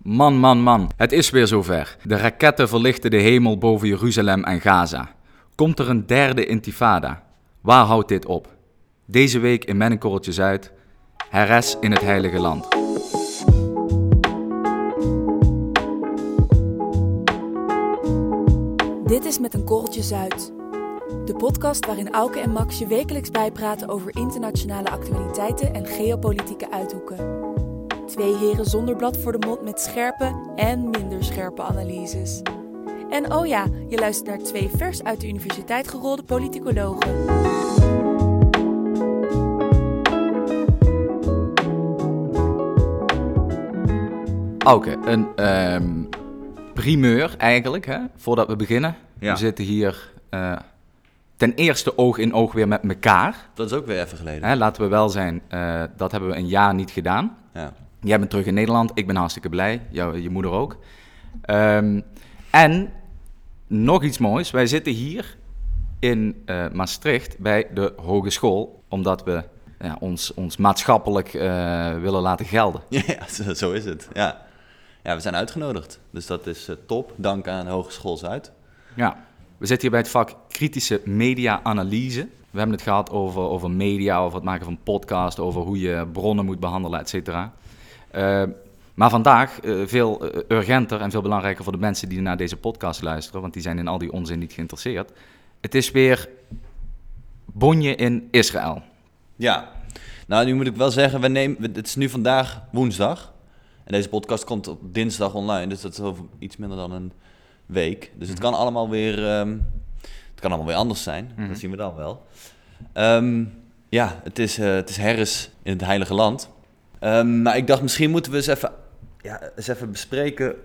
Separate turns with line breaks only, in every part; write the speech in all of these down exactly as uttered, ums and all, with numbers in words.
Man, man, man, het is weer zover. De raketten verlichten de hemel boven Jeruzalem en Gaza. Komt er een derde intifada? Waar houdt dit op? Deze week in Met een Korreltje Zuid, Heres in het Heilige Land.
Dit is Met een Korreltje Zuid. De podcast waarin Auke en Max je wekelijks bijpraten over internationale actualiteiten en geopolitieke uithoeken. Twee heren zonder blad voor de mond met scherpe en minder scherpe analyses. En oh ja, je luistert naar twee vers uit de universiteit gerolde politicologen.
Auke, een um, primeur eigenlijk, hè, voordat we beginnen. Ja. We zitten hier uh, ten eerste oog in oog weer met elkaar.
Dat is ook weer even geleden.
Hè, laten we wel zijn, uh, dat hebben we een jaar niet gedaan. Ja. Jij bent terug in Nederland, ik ben hartstikke blij, jou, je moeder ook. Um, en nog iets moois, wij zitten hier in uh, Maastricht bij de hogeschool, omdat we ja, ons, ons maatschappelijk uh, willen laten gelden.
Ja, zo, zo is het. Ja. ja, we zijn uitgenodigd, dus dat is uh, top. Dank aan Hogeschool Zuid.
Ja, we zitten hier bij het vak kritische media-analyse. We hebben het gehad over, over media, over het maken van podcast, over hoe je bronnen moet behandelen, et cetera. Uh, maar vandaag uh, veel uh, urgenter en veel belangrijker voor de mensen die naar deze podcast luisteren, want die zijn in al die onzin niet geïnteresseerd. Het is weer bonje in Israël.
Ja, nou nu moet ik wel zeggen, we nemen, het is nu vandaag woensdag en deze podcast komt op dinsdag online, dus dat is over iets minder dan een week. Dus het kan allemaal weer, um, het kan allemaal weer anders zijn, mm-hmm. Dat zien we dan wel. Um, ja, het is, uh, het is Heres in het Heilige Land. Um, maar ik dacht, misschien moeten we eens even, ja, eens even bespreken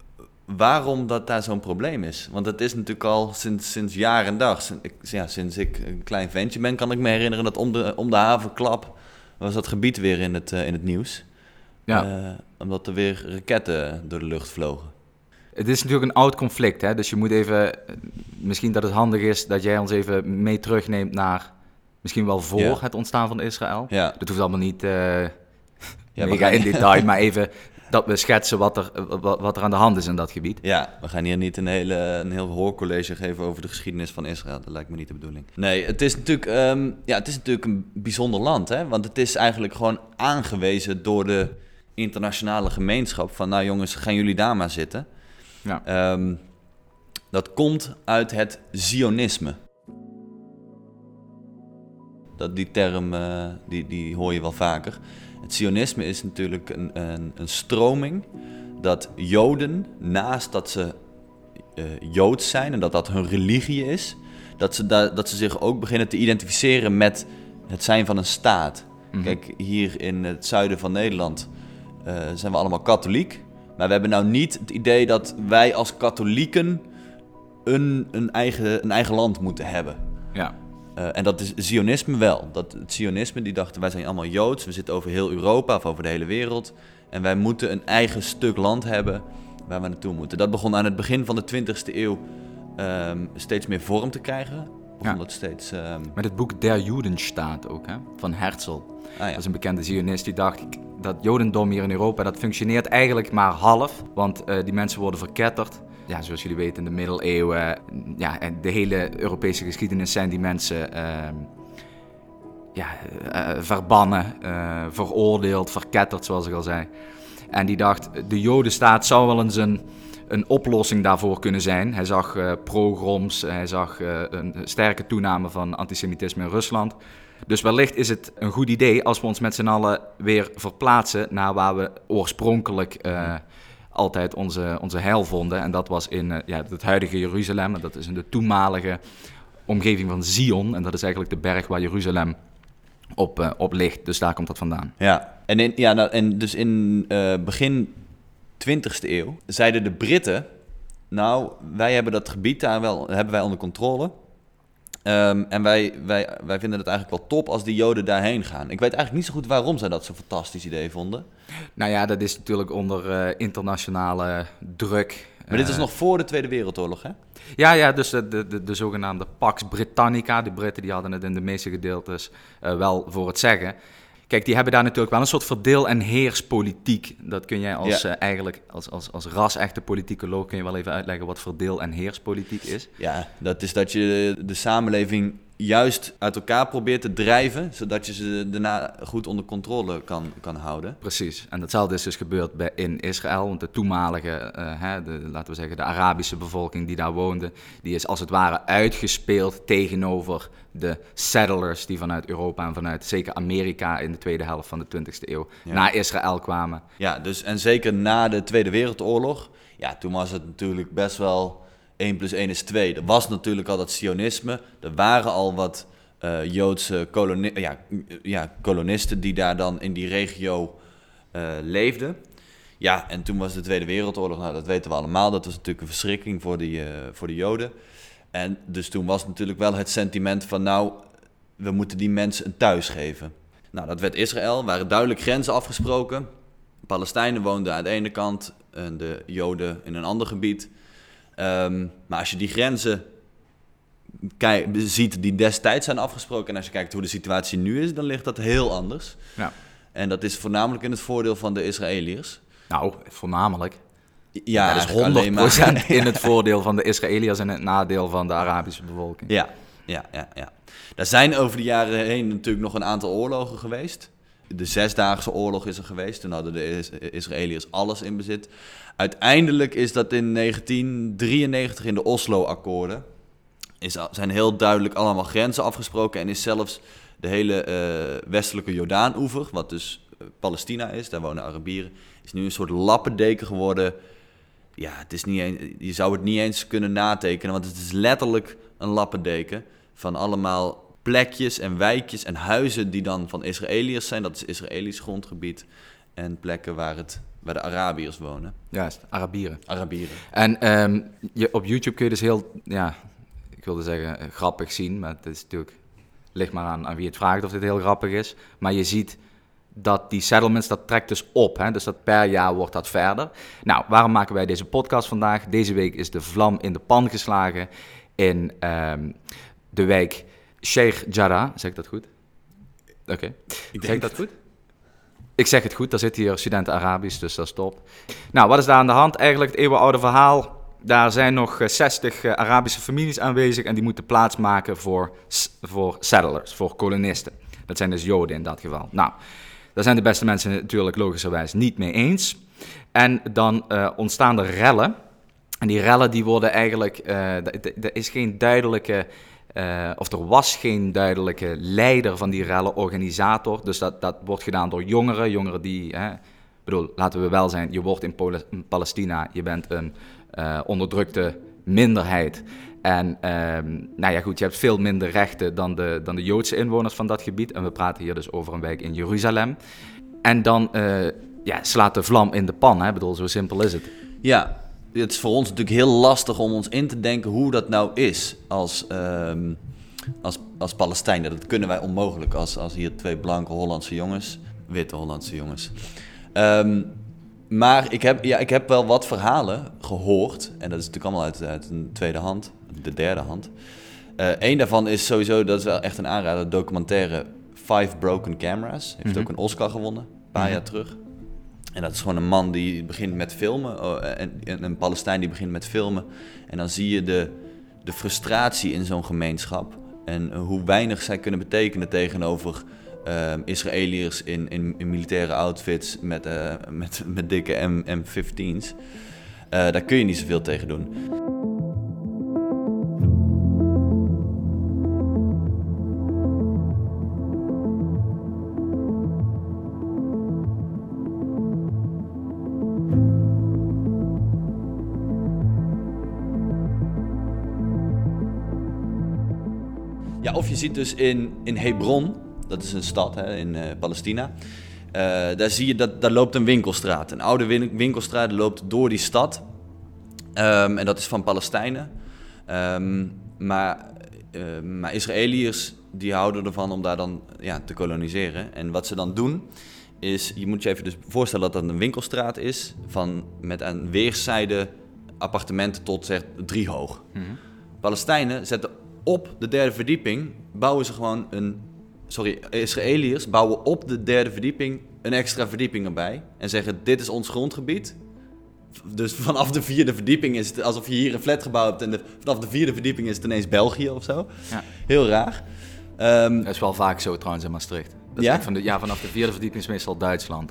waarom dat daar zo'n probleem is. Want het is natuurlijk al sinds, sinds jaar en dag. Sinds ik, ja, sinds ik een klein ventje ben, kan ik me herinneren dat om de, om de havenklap was dat gebied weer in het, uh, in het nieuws. Ja. Uh, omdat er weer raketten door de lucht vlogen.
Het is natuurlijk een oud conflict, hè? Dus je moet even, misschien dat het handig is dat jij ons even mee terugneemt naar, misschien wel voor ja. het ontstaan van Israël. Ja. Dat hoeft allemaal niet uh, ja, mega in detail, maar even dat we schetsen wat er, wat, wat er aan de hand is in dat gebied.
Ja, we gaan hier niet een, hele, een heel hoorcollege geven over de geschiedenis van Israël. Dat lijkt me niet de bedoeling. Nee, het is natuurlijk, um, ja, het is natuurlijk een bijzonder land, hè? Want het is eigenlijk gewoon aangewezen door de internationale gemeenschap van, nou jongens, gaan jullie daar maar zitten. Ja. Um, dat komt uit het Zionisme. Dat, die term uh, die, die hoor je wel vaker. Het Zionisme is natuurlijk een, een, een stroming dat Joden, naast dat ze uh, Joods zijn en dat dat hun religie is, dat ze, da- dat ze zich ook beginnen te identificeren met het zijn van een staat. Mm-hmm. Kijk, hier in het zuiden van Nederland uh, zijn we allemaal katholiek. Maar we hebben nou niet het idee dat wij als katholieken een, een, eigen, een eigen land moeten hebben. Ja. Uh, en dat is Zionisme wel. Dat, het Zionisme die dachten, wij zijn allemaal Joods, we zitten over heel Europa of over de hele wereld. En wij moeten een eigen stuk land hebben waar we naartoe moeten. Dat begon aan het begin van de twintigste eeuw um, steeds meer vorm te krijgen.
Ja.
Dat steeds, um...
Met het boek Der Judenstaat ook, hè? Van Herzl. Ah, ja. Dat is een bekende Zionist die dacht, dat Jodendom hier in Europa, dat functioneert eigenlijk maar half. Want uh, die mensen worden verketterd. Ja, zoals jullie weten, in de middeleeuwen, ja, en de hele Europese geschiedenis zijn die mensen uh, ja, uh, verbannen, uh, veroordeeld, verketterd, zoals ik al zei. En die dacht, de Jodenstaat zou wel eens een, een oplossing daarvoor kunnen zijn. Hij zag uh, pogroms, hij zag uh, een sterke toename van antisemitisme in Rusland. Dus wellicht is het een goed idee als we ons met z'n allen weer verplaatsen naar waar we oorspronkelijk uh, altijd onze, onze heil vonden. En dat was in uh, ja, het huidige Jeruzalem. En dat is in de toenmalige omgeving van Zion. En dat is eigenlijk de berg waar Jeruzalem op, uh, op ligt. Dus daar komt dat vandaan.
Ja, en, in, ja, nou, en dus in uh, begin twintigste eeuw zeiden de Britten, nou, wij hebben dat gebied daar wel, hebben wij onder controle. Um, en wij, wij, wij vinden het eigenlijk wel top als die Joden daarheen gaan. Ik weet eigenlijk niet zo goed waarom zij dat zo'n fantastisch idee vonden.
Nou ja, dat is natuurlijk onder uh, internationale druk.
Maar dit is uh, nog voor de Tweede Wereldoorlog, hè?
Ja, ja, dus de, de, de, de zogenaamde Pax Britannica. De Britten die hadden het in de meeste gedeeltes uh, wel voor het zeggen. kijk, die hebben daar natuurlijk wel een soort verdeel- en heerspolitiek. Dat kun jij als
Ja.
uh, eigenlijk als, als, als ras-echte politicoloog kun je wel even uitleggen wat verdeel- en heerspolitiek is.
Ja, dat is dat je de samenleving juist uit elkaar probeert te drijven, zodat je ze daarna goed onder controle kan, kan houden.
Precies. En datzelfde is dus gebeurd bij, in Israël. Want de toenmalige, uh, hè, de, laten we zeggen, de Arabische bevolking die daar woonde, die is als het ware uitgespeeld tegenover de settlers die vanuit Europa en vanuit zeker Amerika in de tweede helft van de twintigste eeuw ja. naar Israël kwamen.
Ja, dus en zeker na de Tweede Wereldoorlog, ja, toen was het natuurlijk best wel één plus één is twee. Er was natuurlijk al dat sionisme. Er waren al wat uh, Joodse koloni- ja, ja, kolonisten die daar dan in die regio uh, leefden. Ja, en toen was de Tweede Wereldoorlog, nou dat weten we allemaal, dat was natuurlijk een verschrikking voor, die, uh, voor de Joden. En dus toen was natuurlijk wel het sentiment van nou, we moeten die mensen een thuis geven. Nou, dat werd Israël, er waren duidelijk grenzen afgesproken. Palestijnen woonden aan de ene kant en de Joden in een ander gebied. Um, maar als je die grenzen kijk, ziet die destijds zijn afgesproken en als je kijkt hoe de situatie nu is, dan ligt dat heel anders.
Ja.
En dat is voornamelijk in het voordeel van de Israëliërs.
Nou, voornamelijk.
Ja,
dat is honderd procent in het voordeel van de Israëliërs en het nadeel van de Arabische bevolking.
Ja, ja, ja, ja. Er zijn over de jaren heen natuurlijk nog een aantal oorlogen geweest. De Zesdaagse Oorlog is er geweest. Toen hadden de Israëliërs alles in bezit. Uiteindelijk is dat in negentien drieënnegentig in de Oslo-akkoorden. Is, zijn heel duidelijk allemaal grenzen afgesproken. En is zelfs de hele uh, westelijke Jordaan-oever, wat dus uh, Palestina is, daar wonen Arabieren, is nu een soort lappendeken geworden. Ja, het is niet eens, je zou het niet eens kunnen natekenen, want het is letterlijk een lappendeken van allemaal plekjes en wijkjes en huizen die dan van Israëliërs zijn. Dat is Israëlisch grondgebied. En plekken waar, het, waar de Arabiërs wonen.
Juist, Arabieren.
Arabieren.
En um, je, op YouTube kun je dus heel, ja, ik wilde zeggen grappig zien, maar het is natuurlijk, ligt maar aan, aan wie het vraagt of dit heel grappig is. Maar je ziet dat die settlements, dat trekt dus op. Hè? Dus dat per jaar wordt dat verder. Nou, waarom maken wij deze podcast vandaag? Deze week is de vlam in de pan geslagen in um, de wijk Sheikh Jarrah. Zeg ik dat goed? Oké. Okay. Zeg ik dat goed? Ik zeg het goed, daar zitten hier studenten Arabisch, dus dat is top. Nou, wat is daar aan de hand? Eigenlijk het eeuwenoude verhaal. Daar zijn nog zestig Arabische families aanwezig en die moeten plaatsmaken voor, voor settlers, voor kolonisten. Dat zijn dus Joden in dat geval. Nou, daar zijn de beste mensen natuurlijk logischerwijs niet mee eens. En dan uh, ontstaan er rellen. En die rellen die worden eigenlijk, uh, er is geen duidelijke, uh, of er was geen duidelijke leider van die rellen, organisator. Dus dat, dat wordt gedaan door jongeren, jongeren die, hè, bedoel, laten we wel zijn, je wordt in, Pol- in Palestina, je bent een uh, onderdrukte minderheid. En um, nou ja goed, je hebt veel minder rechten dan de, dan de Joodse inwoners van dat gebied. En we praten hier dus over een wijk in Jeruzalem. En dan uh, ja, slaat de vlam in de pan, hè? Ik bedoel, zo simpel is het.
Ja, het is voor ons natuurlijk heel lastig om ons in te denken hoe dat nou is als, um, als, als Palestijnen. Dat kunnen wij onmogelijk als, als hier twee blanke Hollandse jongens, witte Hollandse jongens. Um, maar ik heb, ja, ik heb wel wat verhalen gehoord, en dat is natuurlijk allemaal uit, uit een tweede hand, de derde hand. Uh, Eén daarvan is sowieso, dat is wel echt een aanrader, documentaire Five Broken Cameras. Heeft mm-hmm. ook een Oscar gewonnen, een paar mm-hmm. jaar terug. En dat is gewoon een man die begint met filmen, uh, en, en een Palestijn die begint met filmen. En dan zie je de, de frustratie in zo'n gemeenschap en uh, hoe weinig zij kunnen betekenen tegenover uh, Israëliërs in, in, in militaire outfits met, uh, met, met dikke M vijftien's. Uh, daar kun je niet zoveel tegen doen. Ja, of je ziet dus in, in Hebron, dat is een stad hè, in uh, Palestina, uh, daar zie je dat daar loopt een winkelstraat. Een oude win- winkelstraat loopt door die stad. Um, en dat is van Palestijnen. Um, maar, uh, maar Israëliërs die houden ervan om daar dan ja, te koloniseren. En wat ze dan doen, is, je moet je even dus voorstellen dat dat een winkelstraat is, van, met aan weerszijden appartementen tot zeg drie hoog. Mm-hmm. Palestijnen zetten op de derde verdieping, bouwen ze gewoon een sorry, Israëliërs bouwen op de derde verdieping een extra verdieping erbij. En zeggen, dit is ons grondgebied. Dus vanaf de vierde verdieping is het alsof je hier een flatgebouw hebt. En de, vanaf de vierde verdieping is het ineens België of zo. Ja. Heel raar. Um,
dat is wel vaak zo trouwens in Maastricht. Dat
ja?
Van de, ja, vanaf de vierde verdieping is meestal Duitsland.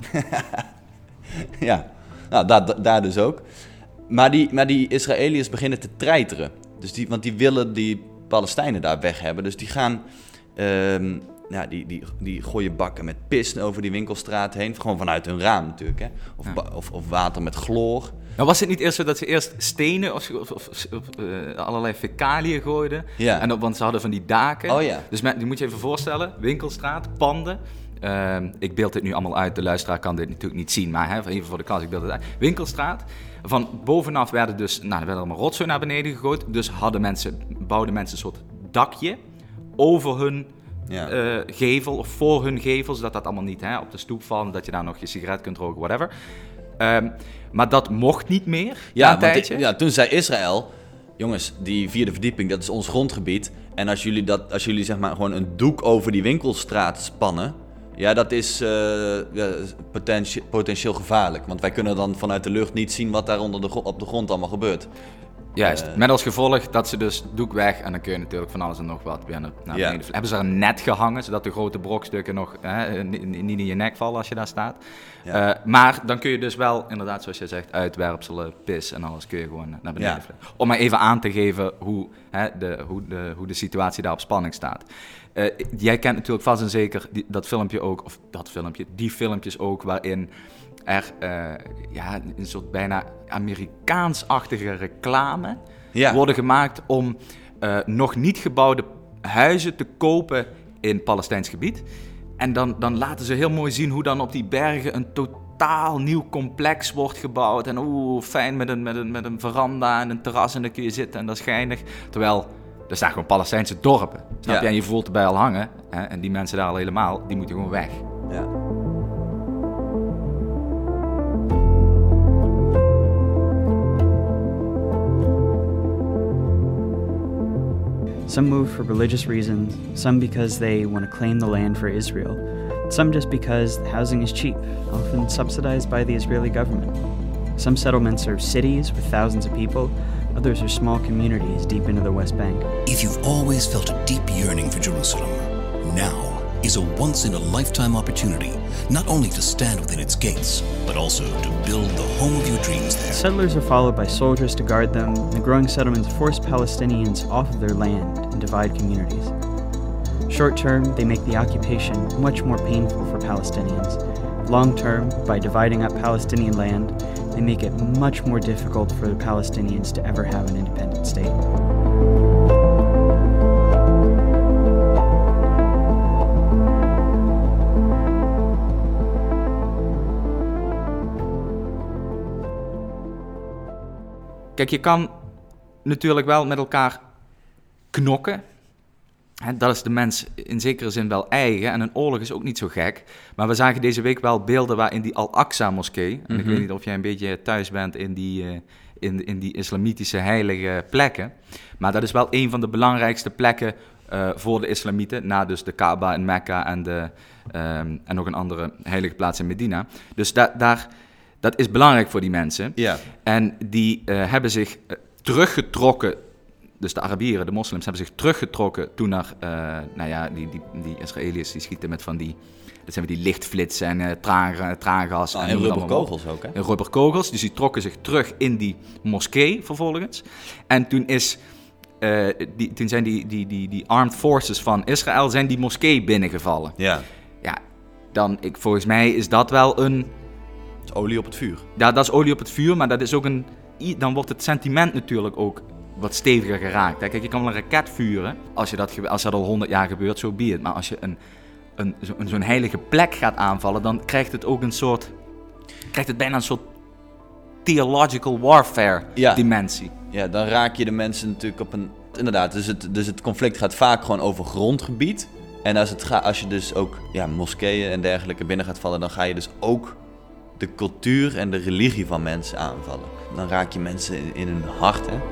Ja, nou, daar, daar dus ook. Maar die, maar die Israëliërs beginnen te treiteren. Dus die, want die willen die Palestijnen daar weg hebben. Dus die gaan... Um, ja, die, die, die gooien bakken met pis over die winkelstraat heen. Gewoon vanuit hun raam natuurlijk. Hè? Of, ja. of, of water met chloor.
Nou, was het niet eerst zo dat ze eerst stenen of, of, of, of uh, allerlei fecaliën gooiden?
Ja.
En, want ze hadden van die daken.
Oh, ja.
Dus die moet je even voorstellen. Winkelstraat, panden. Uh, ik beeld dit nu allemaal uit. De luisteraar kan dit natuurlijk niet zien. Maar hè, even voor de klas, ik beeld het uit. Winkelstraat. Van bovenaf werden dus... Nou, er werden allemaal rotzooi naar beneden gegooid. Dus hadden mensen, bouwden mensen een soort dakje over hun... Ja. Uh, gevel of voor hun gevel, zodat dat allemaal niet hè, op de stoep valt, dat je daar nog je sigaret kunt roken, whatever. Um, maar dat mocht niet meer.
Ja, een tijdje. Ja, toen zei Israël, jongens, die vierde verdieping, dat is ons grondgebied. En als jullie dat, als jullie zeg maar gewoon een doek over die winkelstraat spannen, ja, dat is uh, ja, potentie, potentieel gevaarlijk. Want wij kunnen dan vanuit de lucht niet zien wat daar onder de, op de grond allemaal gebeurt.
Juist, uh, met als gevolg dat ze dus doek weg en dan kun je natuurlijk van alles en nog wat weer naar beneden. Ja. Hebben ze er een net gehangen, zodat de grote brokstukken nog hè, niet in je nek vallen als je daar staat. Ja. Uh, maar dan kun je dus wel, inderdaad zoals je zegt, uitwerpselen, pis en alles kun je gewoon naar beneden vliegen. Ja. Om maar even aan te geven hoe, hè, de, hoe, de, hoe de situatie daar op spanning staat. Uh, jij kent natuurlijk vast en zeker die, dat filmpje ook, of dat filmpje, die filmpjes ook waarin... er uh, ja, een soort bijna Amerikaans-achtige reclame ja. worden gemaakt om uh, nog niet gebouwde huizen te kopen in Palestijns gebied. En dan, dan laten ze heel mooi zien hoe dan op die bergen een totaal nieuw complex wordt gebouwd. En oeh, fijn met een, met, een, met een veranda en een terras en dan kun je zitten en dat is geinig. Terwijl, er staan gewoon Palestijnse dorpen. Snap ja. je? En je voelt erbij al hangen. Hè? En die mensen daar al helemaal, die moeten gewoon weg.
Ja.
Some move for religious reasons, some because they want to claim the land for Israel, some just because housing is cheap, often subsidized by the Israeli government. Some settlements are cities with thousands of people, others are small communities deep into the West Bank.
If you've always felt a deep yearning for Jerusalem, now is a once-in-a-lifetime opportunity, not only to stand within its gates, but also to build the home of your dreams there.
Settlers are followed by soldiers to guard them, and the growing settlements force Palestinians off of their land and divide communities. Short-term, they make the occupation much more painful for Palestinians. Long-term, by dividing up Palestinian land, they make it much more difficult for the Palestinians to ever have an independent state.
Kijk, je kan natuurlijk wel met elkaar knokken. Hè, dat is de mens in zekere zin wel eigen. En een oorlog is ook niet zo gek. Maar we zagen deze week wel beelden waarin die Al-Aqsa-moskee... en mm-hmm. ik weet niet of jij een beetje thuis bent in die, uh, in, in die islamitische heilige plekken. Maar dat is wel een van de belangrijkste plekken uh, voor de islamieten. Na dus de Kaaba in Mekka en, de, um, en nog een andere heilige plaats in Medina. Dus da- daar... Dat is belangrijk voor die mensen.
Ja.
En die uh, hebben zich uh, teruggetrokken, dus de Arabieren, de moslims, hebben zich teruggetrokken toen er, uh, nou ja, die, die, die Israëliërs die schieten met van die, dat zijn die lichtflitsen en uh, traan, traangas.
Ah,
en
en rubberkogels ook, hè?
En rubberkogels, dus die trokken zich terug in die moskee vervolgens. En toen is... Uh, die, toen zijn die, die, die, die armed forces van Israël zijn die moskee binnengevallen.
Ja.
Ja, dan, ik, volgens mij is dat wel een...
Dat is olie op het vuur.
Ja, dat is olie op het vuur, maar dat is ook een... Dan wordt het sentiment natuurlijk ook wat steviger geraakt. Kijk, je kan wel een raket vuren, als, je dat, als dat al honderd jaar gebeurt, zo be it. Maar als je een, een, zo, zo'n heilige plek gaat aanvallen, dan krijgt het ook een soort... Krijgt het bijna een soort theological warfare
ja.
dimensie.
Ja, dan raak je de mensen natuurlijk op een... Inderdaad, dus het, dus het conflict gaat vaak gewoon over grondgebied. En als, het ga, als je dus ook ja, moskeeën en dergelijke binnen gaat vallen, dan ga je dus ook de cultuur en de religie van mensen aanvallen. Dan raak je mensen in, in hun hart, hè.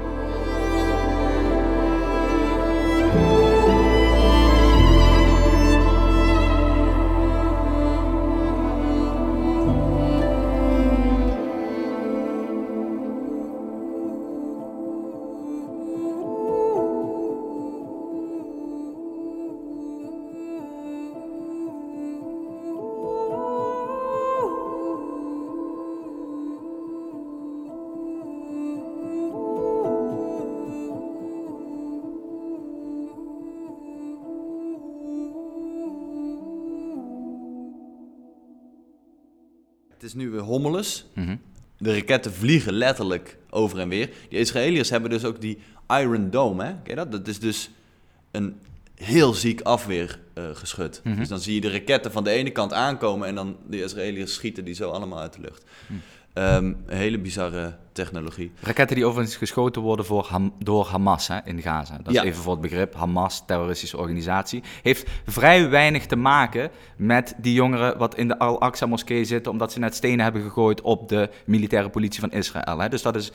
is nu weer hommeles.
Mm-hmm.
De raketten vliegen letterlijk over en weer. Die Israëliërs hebben dus ook die Iron Dome, hè? Ken je dat? Dat is dus een heel ziek afweergeschut. Uh, mm-hmm. Dus dan zie je de raketten van de ene kant aankomen en dan de Israëliërs schieten die zo allemaal uit de lucht. Mm. Um, een hele bizarre technologie.
Raketten die overigens geschoten worden voor Ham- door Hamas hè, in Gaza. Dat is ja. even voor het begrip. Hamas, terroristische organisatie. Heeft vrij weinig te maken met die jongeren wat in de Al-Aqsa-moskee zitten, omdat ze net stenen hebben gegooid op de militaire politie van Israël. Hè. Dus dat is...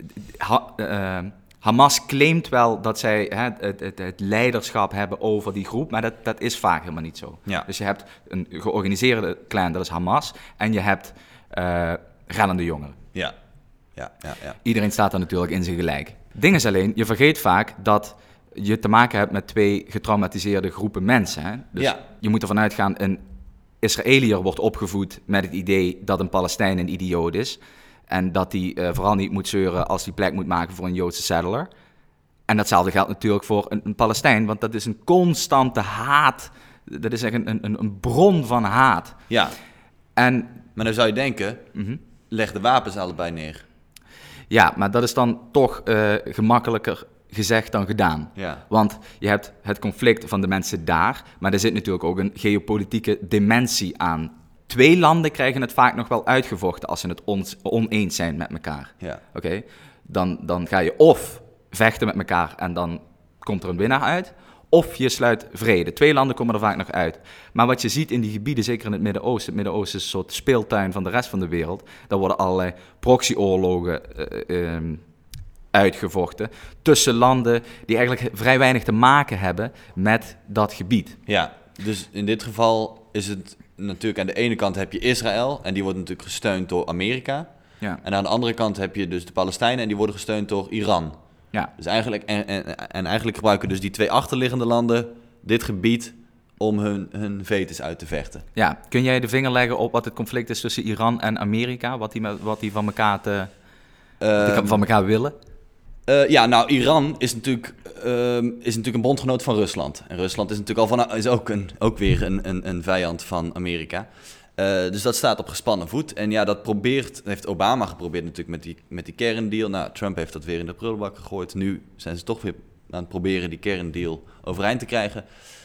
Ha, uh, Hamas claimt wel dat zij hè, het, het, het leiderschap hebben over die groep, maar dat, dat is vaak helemaal niet zo.
Ja.
Dus je hebt een georganiseerde clan, dat is Hamas, en je hebt uh, rellende jongeren.
Ja. Ja, ja, ja.
Iedereen staat daar natuurlijk in zijn gelijk. Ding is alleen, je vergeet vaak dat je te maken hebt met twee getraumatiseerde groepen mensen. Hè? Dus
ja.
je moet ervan uitgaan, een Israëliër wordt opgevoed met het idee dat een Palestijn een idioot is. En dat hij uh, vooral niet moet zeuren als hij plek moet maken voor een Joodse settler. En datzelfde geldt natuurlijk voor een, een Palestijn, want dat is een constante haat. Dat is echt een, een, een bron van haat.
Ja,
en,
maar dan zou je denken, mm-hmm. leg de wapens allebei neer.
Ja, maar dat is dan toch uh, gemakkelijker gezegd dan gedaan.
Ja.
Want je hebt het conflict van de mensen daar, maar er zit natuurlijk ook een geopolitieke dimensie aan. Twee landen krijgen het vaak nog wel uitgevochten als ze het on- oneens zijn met elkaar.
Ja.
Oké? Okay? Dan, dan ga je of vechten met elkaar en dan komt er een winnaar uit, of je sluit vrede. Twee landen komen er vaak nog uit. Maar wat je ziet in die gebieden, zeker in het Midden-Oosten, het Midden-Oosten is een soort speeltuin van de rest van de wereld, daar worden allerlei proxyoorlogen uh, uh, uitgevochten tussen landen die eigenlijk vrij weinig te maken hebben met dat gebied.
Ja, dus in dit geval is het natuurlijk aan de ene kant heb je Israël en die wordt natuurlijk gesteund door Amerika.
Ja.
En aan de andere kant heb je dus de Palestijnen en die worden gesteund door Iran.
Ja.
Dus eigenlijk, en, en, en eigenlijk gebruiken dus die twee achterliggende landen dit gebied om hun, hun vetes uit te vechten.
Ja, kun jij de vinger leggen op wat het conflict is tussen Iran en Amerika? Wat die, wat die van elkaar te, uh, van elkaar willen?
Uh, ja, nou, Iran is natuurlijk, uh, is natuurlijk een bondgenoot van Rusland. En Rusland is natuurlijk al van, is ook, een, ook weer een, een, een vijand van Amerika. Uh, dus dat staat op gespannen voet. En ja, dat probeert, heeft Obama geprobeerd natuurlijk met die, met die kerndeal. Nou, Trump heeft dat weer in de prullenbak gegooid. Nu zijn ze toch weer aan het proberen die kerndeal overeind te krijgen.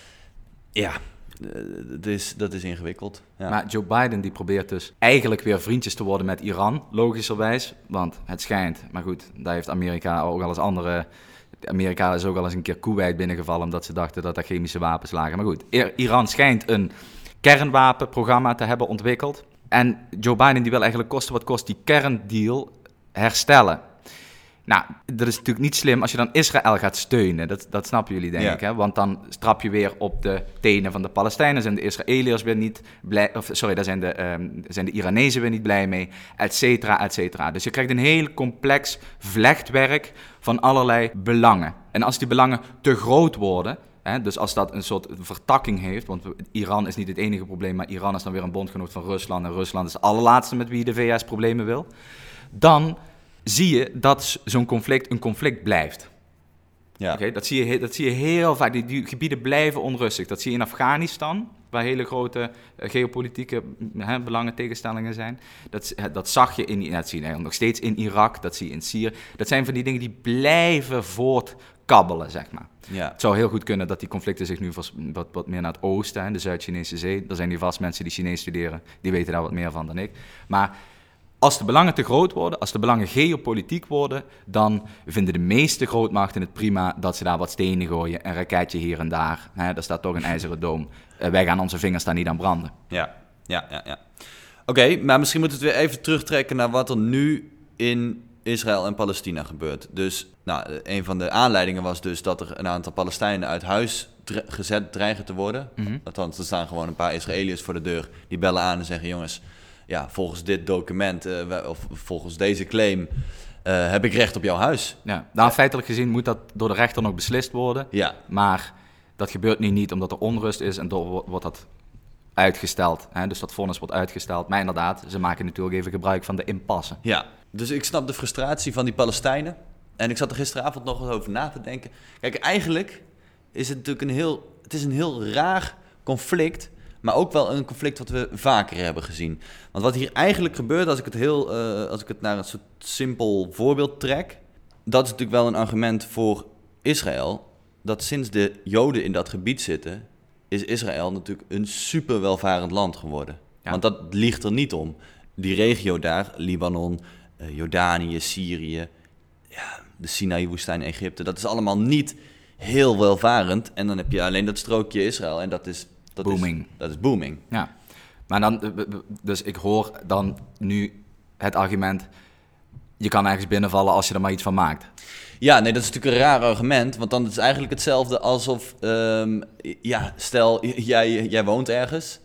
Ja, uh, dat, is, dat is ingewikkeld. Ja.
Maar Joe Biden die probeert dus eigenlijk weer vriendjes te worden met Iran, logischerwijs. Want het schijnt, maar goed, daar heeft Amerika ook al eens andere... Amerika is ook al eens een keer Kuwait binnengevallen omdat ze dachten dat er chemische wapens lagen. Maar goed, Iran schijnt een kernwapenprogramma te hebben ontwikkeld. En Joe Biden die wil eigenlijk kosten wat kost die kerndeal herstellen. Nou, dat is natuurlijk niet slim als je dan Israël gaat steunen. Dat, dat snappen jullie denk ja. ik, hè? Want dan strap je weer op de tenen van de Palestijnen. Zijn de Israëliërs weer niet blij... Of, sorry, daar zijn de, um, zijn de Iranezen weer niet blij mee. Et cetera, et cetera. Dus je krijgt een heel complex vlechtwerk van allerlei belangen. En als die belangen te groot worden... Hè, dus als dat een soort vertakking heeft... Want Iran is niet het enige probleem... maar Iran is dan weer een bondgenoot van Rusland... en Rusland is de allerlaatste met wie de V S problemen wil... dan... zie je dat zo'n conflict een conflict blijft.
Ja.
Okay, dat, zie je, dat zie je heel vaak. Die, die gebieden blijven onrustig. Dat zie je in Afghanistan, waar hele grote uh, geopolitieke hè, belangen tegenstellingen zijn. Dat, dat zag je in, dat zie je nog steeds in Irak, dat zie je in Syrië. Dat zijn van die dingen die blijven voortkabbelen, zeg maar.
Ja.
Het zou heel goed kunnen dat die conflicten zich nu wat, wat meer naar het oosten, hè, de Zuid-Chinese Zee. Er zijn hier vast mensen die Chinees studeren, die weten daar wat meer van dan ik. Maar... als de belangen te groot worden, als de belangen geopolitiek worden, dan vinden de meeste grootmachten het prima dat ze daar wat stenen gooien, een raketje hier en daar. Hè, daar staat toch een ijzeren doom. Uh, wij gaan onze vingers daar niet aan branden.
Ja, ja, ja. ja. Oké, okay, maar misschien moeten we het weer even terugtrekken naar wat er nu in Israël en Palestina gebeurt. Dus nou, een van de aanleidingen was dus dat er een aantal Palestijnen uit huis dre- gezet dreigen te worden. Mm-hmm. Althans, er staan gewoon een paar Israëliërs voor de deur die bellen aan en zeggen, jongens... ja, volgens dit document, uh, of volgens deze claim, uh, heb ik recht op jouw huis.
Ja, nou, feitelijk gezien moet dat door de rechter nog beslist worden.
Ja.
Maar dat gebeurt nu niet omdat er onrust is en door wordt dat uitgesteld. Hè? Dus dat vonnis wordt uitgesteld. Maar inderdaad, ze maken natuurlijk even gebruik van de impasse.
Ja, dus ik snap de frustratie van die Palestijnen. En ik zat er gisteravond nog eens over na te denken. Kijk, eigenlijk is het natuurlijk een heel, het is een heel raar conflict... maar ook wel een conflict wat we vaker hebben gezien. Want wat hier eigenlijk gebeurt, als ik het, heel, uh, als ik het naar een soort simpel voorbeeld trek, dat is natuurlijk wel een argument voor Israël, dat sinds de Joden in dat gebied zitten, is Israël natuurlijk een super welvarend land geworden. Ja. Want dat ligt er niet om. Die regio daar, Libanon, uh, Jordanië, Syrië, ja, de Sinaï-woestijn, Egypte, dat is allemaal niet heel welvarend. En dan heb je alleen dat strookje Israël en dat is... Dat
booming.
Is, dat is booming.
Ja, maar dan, dus ik hoor dan nu het argument, je kan ergens binnenvallen als je er maar iets van maakt.
Ja, nee, dat is natuurlijk een raar argument, want dan is het eigenlijk hetzelfde alsof, um, ja, stel, jij, jij woont ergens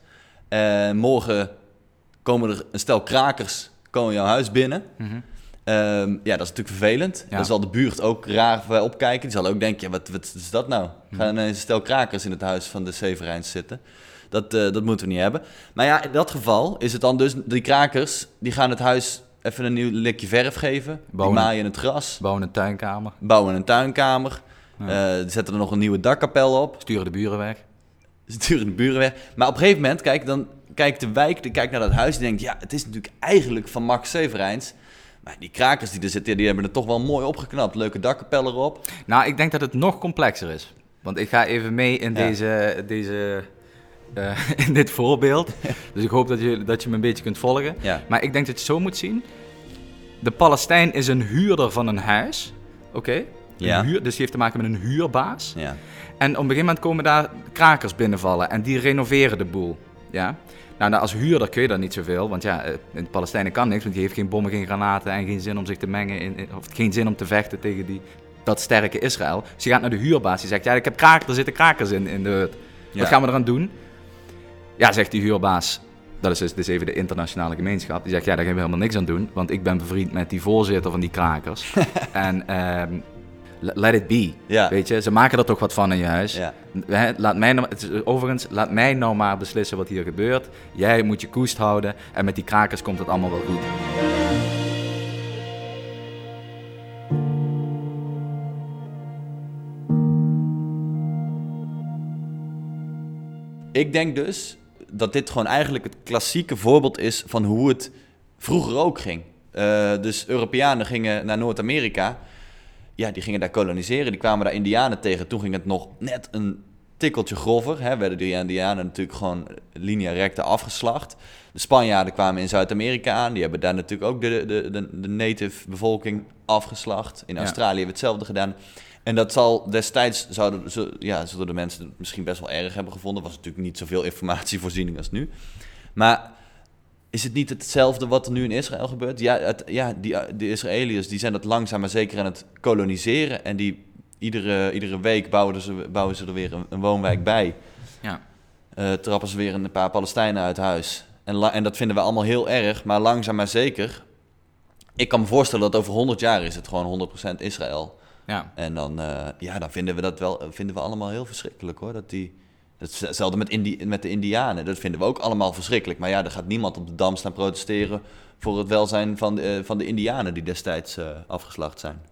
en morgen komen er een stel krakers komen jouw huis binnen. Mm-hmm. Um, ja, dat is natuurlijk vervelend. Ja. Dan zal de buurt ook raar bij opkijken. Die zal ook denken, ja, wat, wat is dat nou? Gaan een stel krakers in het huis van de Severijns zitten. Dat, uh, dat moeten we niet hebben. Maar ja, in dat geval is het dan dus, die krakers, die gaan het huis even een nieuw likje verf geven. Bouwen, die maaien het gras.
Bouwen een tuinkamer.
Bouwen een tuinkamer. Ja. Uh, zetten er nog een nieuwe dakkapel op.
Sturen de buren weg.
Sturen de buren weg. Maar op een gegeven moment, kijk, dan kijkt de wijk, die kijkt naar dat huis en denkt, ja, het is natuurlijk eigenlijk van Max Severijns. Maar die krakers die er zitten, die hebben het toch wel mooi opgeknapt. Leuke dakkapel erop.
Nou, ik denk dat het nog complexer is. Want ik ga even mee in, ja. deze, deze, uh, in dit voorbeeld. Dus ik hoop dat je, dat je me een beetje kunt volgen.
Ja.
Maar ik denk dat je het zo moet zien. De Palestijn is een huurder van een huis. Oké? Okay?
Ja.
Huur, dus die heeft te maken met een huurbaas.
Ja.
En op een gegeven moment komen daar krakers binnenvallen. En die renoveren de boel. Ja? Nou, als huurder kun je daar niet zoveel, want ja, in de Palestijnen kan niks, want die heeft geen bommen, geen granaten en geen zin om zich te mengen, in, of geen zin om te vechten tegen die, dat sterke Israël. Dus je gaat naar de huurbaas, die zegt, ja, ik heb krakers, er zitten krakers in, in de hut. Ja. Wat gaan we eraan doen? Ja, zegt die huurbaas, dat is dus, dus even de internationale gemeenschap, die zegt, ja, daar gaan we helemaal niks aan doen, want ik ben bevriend met die voorzitter van die krakers. en... Um, let it be, ja. Weet je. Ze maken er toch wat van in je huis. Ja. Laat mij nou, overigens, laat mij nou maar beslissen wat hier gebeurt. Jij moet je koest houden en met die krakers komt het allemaal wel goed.
Ik denk dus dat dit gewoon eigenlijk het klassieke voorbeeld is van hoe het vroeger ook ging. Uh, dus Europeanen gingen naar Noord-Amerika. Ja, die gingen daar koloniseren, die kwamen daar Indianen tegen. Toen ging het nog net een tikkeltje grover. Hè. Werden die Indianen natuurlijk gewoon linea recta afgeslacht. De Spanjaarden kwamen in Zuid-Amerika aan. Die hebben daar natuurlijk ook de, de, de, de native bevolking afgeslacht. In Australië ja. hebben we hetzelfde gedaan. En dat zal destijds, zouden, ja, zullen de mensen het misschien best wel erg hebben gevonden. Er was natuurlijk niet zoveel informatievoorziening als nu. Maar... is het niet hetzelfde wat er nu in Israël gebeurt? Ja, het, ja die, de Israëliërs die zijn dat langzaam maar zeker aan het koloniseren. En die, iedere, iedere week bouwen ze, bouwen ze er weer een, een woonwijk bij.
Ja.
Uh, trappen ze weer een paar Palestijnen uit huis. En, la, en dat vinden we allemaal heel erg, maar langzaam maar zeker. Ik kan me voorstellen dat over honderd jaar is het gewoon honderd procent Israël.
Ja.
En dan, uh, ja, dan vinden we dat wel, vinden we allemaal heel verschrikkelijk hoor, dat die... Hetzelfde met, Indi- met de Indianen, dat vinden we ook allemaal verschrikkelijk. Maar ja, er gaat niemand op de Dam staan protesteren voor het welzijn van de, uh, van de Indianen die destijds uh, afgeslacht zijn.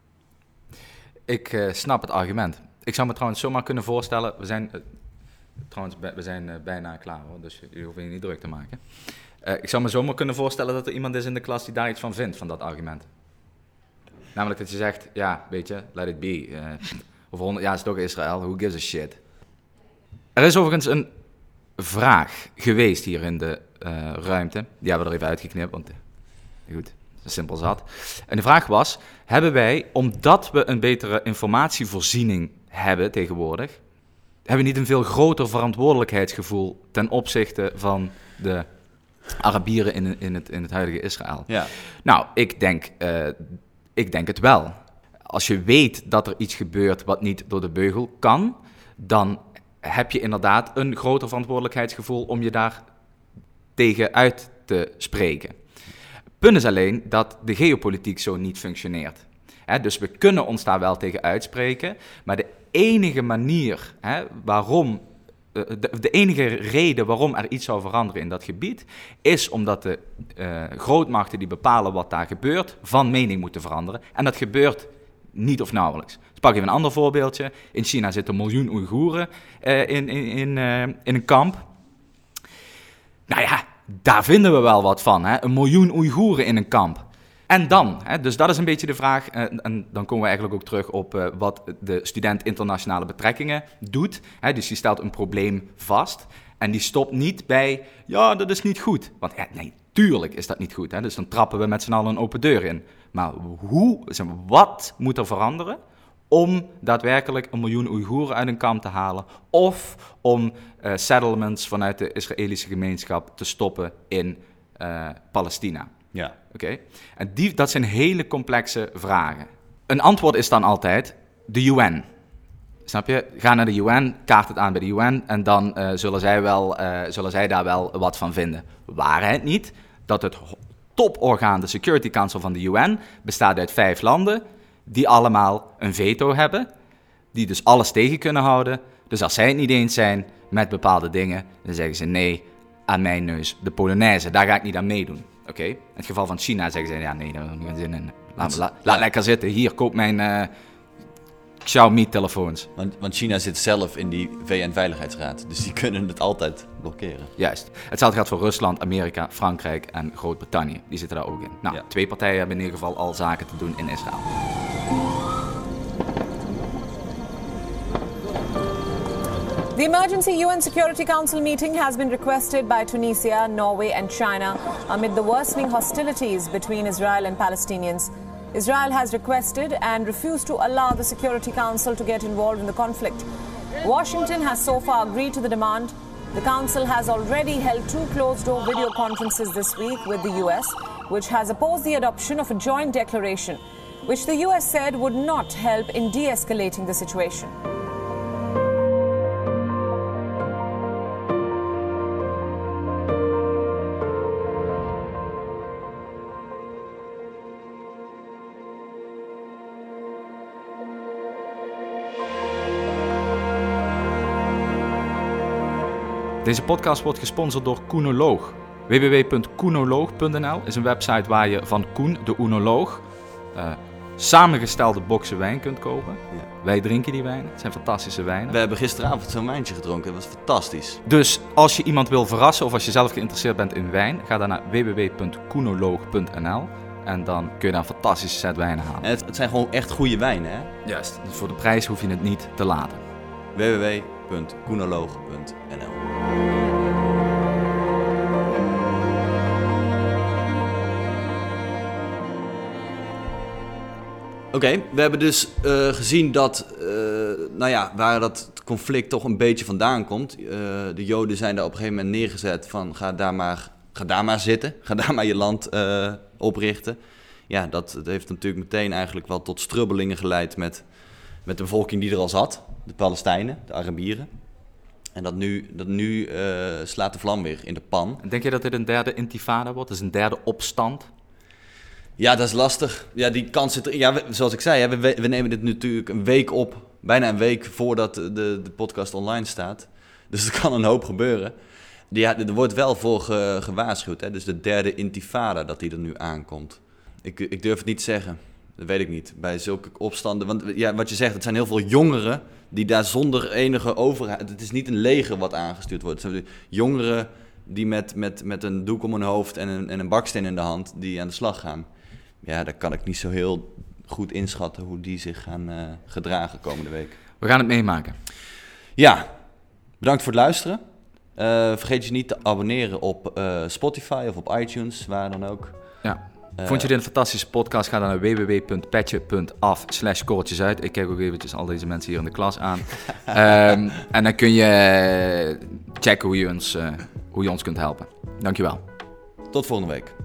Ik uh, snap het argument. Ik zou me trouwens zomaar kunnen voorstellen, we zijn, uh, trouwens, we zijn uh, bijna klaar hoor, dus je hoeft je niet druk te maken. Uh, ik zou me zomaar kunnen voorstellen dat er iemand is in de klas die daar iets van vindt, van dat argument. Namelijk dat je zegt, ja, weet je, let it be. Uh, over honderd jaar is het toch Israël, who gives a shit. Er is overigens een vraag geweest hier in de uh, ruimte. Die hebben we er even uitgeknipt, want uh, goed, dat is simpel zat. En de vraag was, hebben wij, omdat we een betere informatievoorziening hebben tegenwoordig, hebben we niet een veel groter verantwoordelijkheidsgevoel ten opzichte van de Arabieren in, in, het, in het huidige Israël?
Ja.
Nou, ik denk, uh, ik denk het wel. Als je weet dat er iets gebeurt wat niet door de beugel kan, dan heb je inderdaad een groter verantwoordelijkheidsgevoel om je daar tegen uit te spreken. Het punt is alleen dat de geopolitiek zo niet functioneert. He, dus we kunnen ons daar wel tegen uitspreken, maar de enige manier he, waarom, de, de enige reden waarom er iets zou veranderen in dat gebied, is omdat de uh, grootmachten die bepalen wat daar gebeurt, van mening moeten veranderen. En dat gebeurt niet of nauwelijks. Dus pak even een ander voorbeeldje. In China zitten een miljoen Oeigoeren uh, in, in, in, uh, in een kamp. Nou ja, daar vinden we wel wat van. Hè? Een miljoen Oeigoeren in een kamp. En dan? Hè? Dus dat is een beetje de vraag. En, en dan komen we eigenlijk ook terug op uh, wat de student internationale betrekkingen doet. Hè? Dus die stelt een probleem vast. En die stopt niet bij, ja, dat is niet goed. Want ja, nee, tuurlijk is dat niet goed. Hè? Dus dan trappen we met z'n allen een open deur in. Maar hoe, zeg maar, wat moet er veranderen om daadwerkelijk een miljoen Oeigoeren uit een kamp te halen? Of om uh, settlements vanuit de Israëlische gemeenschap te stoppen in uh, Palestina?
Ja.
Oké. Okay? En die, dat zijn hele complexe vragen. Een antwoord is dan altijd de U N. Snap je? Ga naar de U N, kaart het aan bij de U N en dan uh, zullen, zij wel, uh, zullen zij daar wel wat van vinden. Waarheid niet dat het toporgaan, de Security Council van de U N, bestaat uit vijf landen die allemaal een veto hebben, die dus alles tegen kunnen houden. Dus als zij het niet eens zijn met bepaalde dingen, dan zeggen ze nee, aan mijn neus, de Polonaise, daar ga ik niet aan meedoen. Oké? Okay? In het geval van China zeggen ze, ja nee, daar heb ik geen zin in. Laat, la, laat lekker zitten, hier, koop mijn uh, Xiaomi-telefoons.
Want, want China zit zelf in die V N-veiligheidsraad, dus die kunnen het altijd blokkeren.
Juist. Hetzelfde geldt voor Rusland, Amerika, Frankrijk en Groot-Brittannië. Die zitten daar ook in. Nou, ja. Twee partijen hebben in ieder geval al zaken te doen in Israël.
The emergency U N Security Council meeting has been requested by Tunisia, Norway and China amid the worsening hostilities between Israel and Palestinians. Israel has requested and refused to allow the Security Council to get involved in the conflict. Washington has so far agreed to the demand. The Council has already held two closed-door video conferences this week with the U S, which has opposed the adoption of a joint declaration, which the U S said would not help in de-escalating the situation.
Deze podcast wordt gesponsord door Koenoloog. w w w punt koenoloog punt n l is een website waar je van Koen, de oenoloog, uh, samengestelde boksen wijn kunt kopen. Ja. Wij drinken die wijn. Het zijn fantastische wijnen.
We hebben gisteravond zo'n wijntje gedronken. Dat was fantastisch.
Dus als je iemand wil verrassen of als je zelf geïnteresseerd bent in wijn, ga dan naar w w w punt koenoloog punt n l en dan kun je daar een fantastische set wijnen halen.
En het, het zijn gewoon echt goede wijnen, hè?
Juist. Dus voor de prijs hoef je het niet te laten.
w w w punt koenoloog punt n l Oké, okay, we hebben dus uh, gezien dat, uh, nou ja, waar dat conflict toch een beetje vandaan komt. Uh, de Joden zijn daar op een gegeven moment neergezet van ga daar maar, ga daar maar zitten, ga daar maar je land uh, oprichten. Ja, dat, dat heeft natuurlijk meteen eigenlijk wel tot strubbelingen geleid met, met de bevolking die er al zat. De Palestijnen, de Arabieren. En dat nu, dat nu uh, slaat de vlam weer in de pan.
Denk je dat dit een derde intifada wordt, dus een derde opstand?
Ja, dat is lastig. Ja, die kans zit er. Ja, we, zoals ik zei, ja, we, we nemen dit natuurlijk een week op. Bijna een week voordat de, de podcast online staat. Dus er kan een hoop gebeuren. Ja, er wordt wel voor ge, gewaarschuwd. Hè? Dus de derde intifada, dat die er nu aankomt. Ik, ik durf het niet zeggen. Dat weet ik niet. Bij zulke opstanden. Want ja, wat je zegt, het zijn heel veel jongeren die daar zonder enige overheid. Het is niet een leger wat aangestuurd wordt. Het zijn jongeren die met, met, met een doek om hun hoofd en een, en een baksteen in de hand die aan de slag gaan. Ja, daar kan ik niet zo heel goed inschatten hoe die zich gaan uh, gedragen komende week.
We gaan het meemaken.
Ja, bedankt voor het luisteren. Uh, vergeet je niet te abonneren op uh, Spotify of op iTunes, waar dan ook.
Ja. Uh, Vond je dit een fantastische podcast? Ga dan naar w w w punt petje punt af slash korreltjes uit. Ik kijk ook eventjes al deze mensen hier in de klas aan. um, en dan kun je checken hoe je ons, uh, hoe je ons kunt helpen. Dankjewel.
Tot volgende week.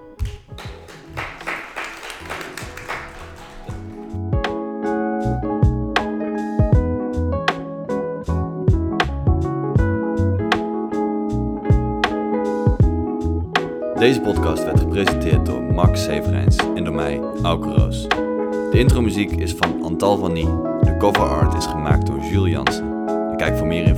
Deze podcast werd gepresenteerd door Max Severijns en door mij, Auke Roos. De intromuziek is van Antal van Nie. De cover art is gemaakt door Jules Jansen. En kijk voor meer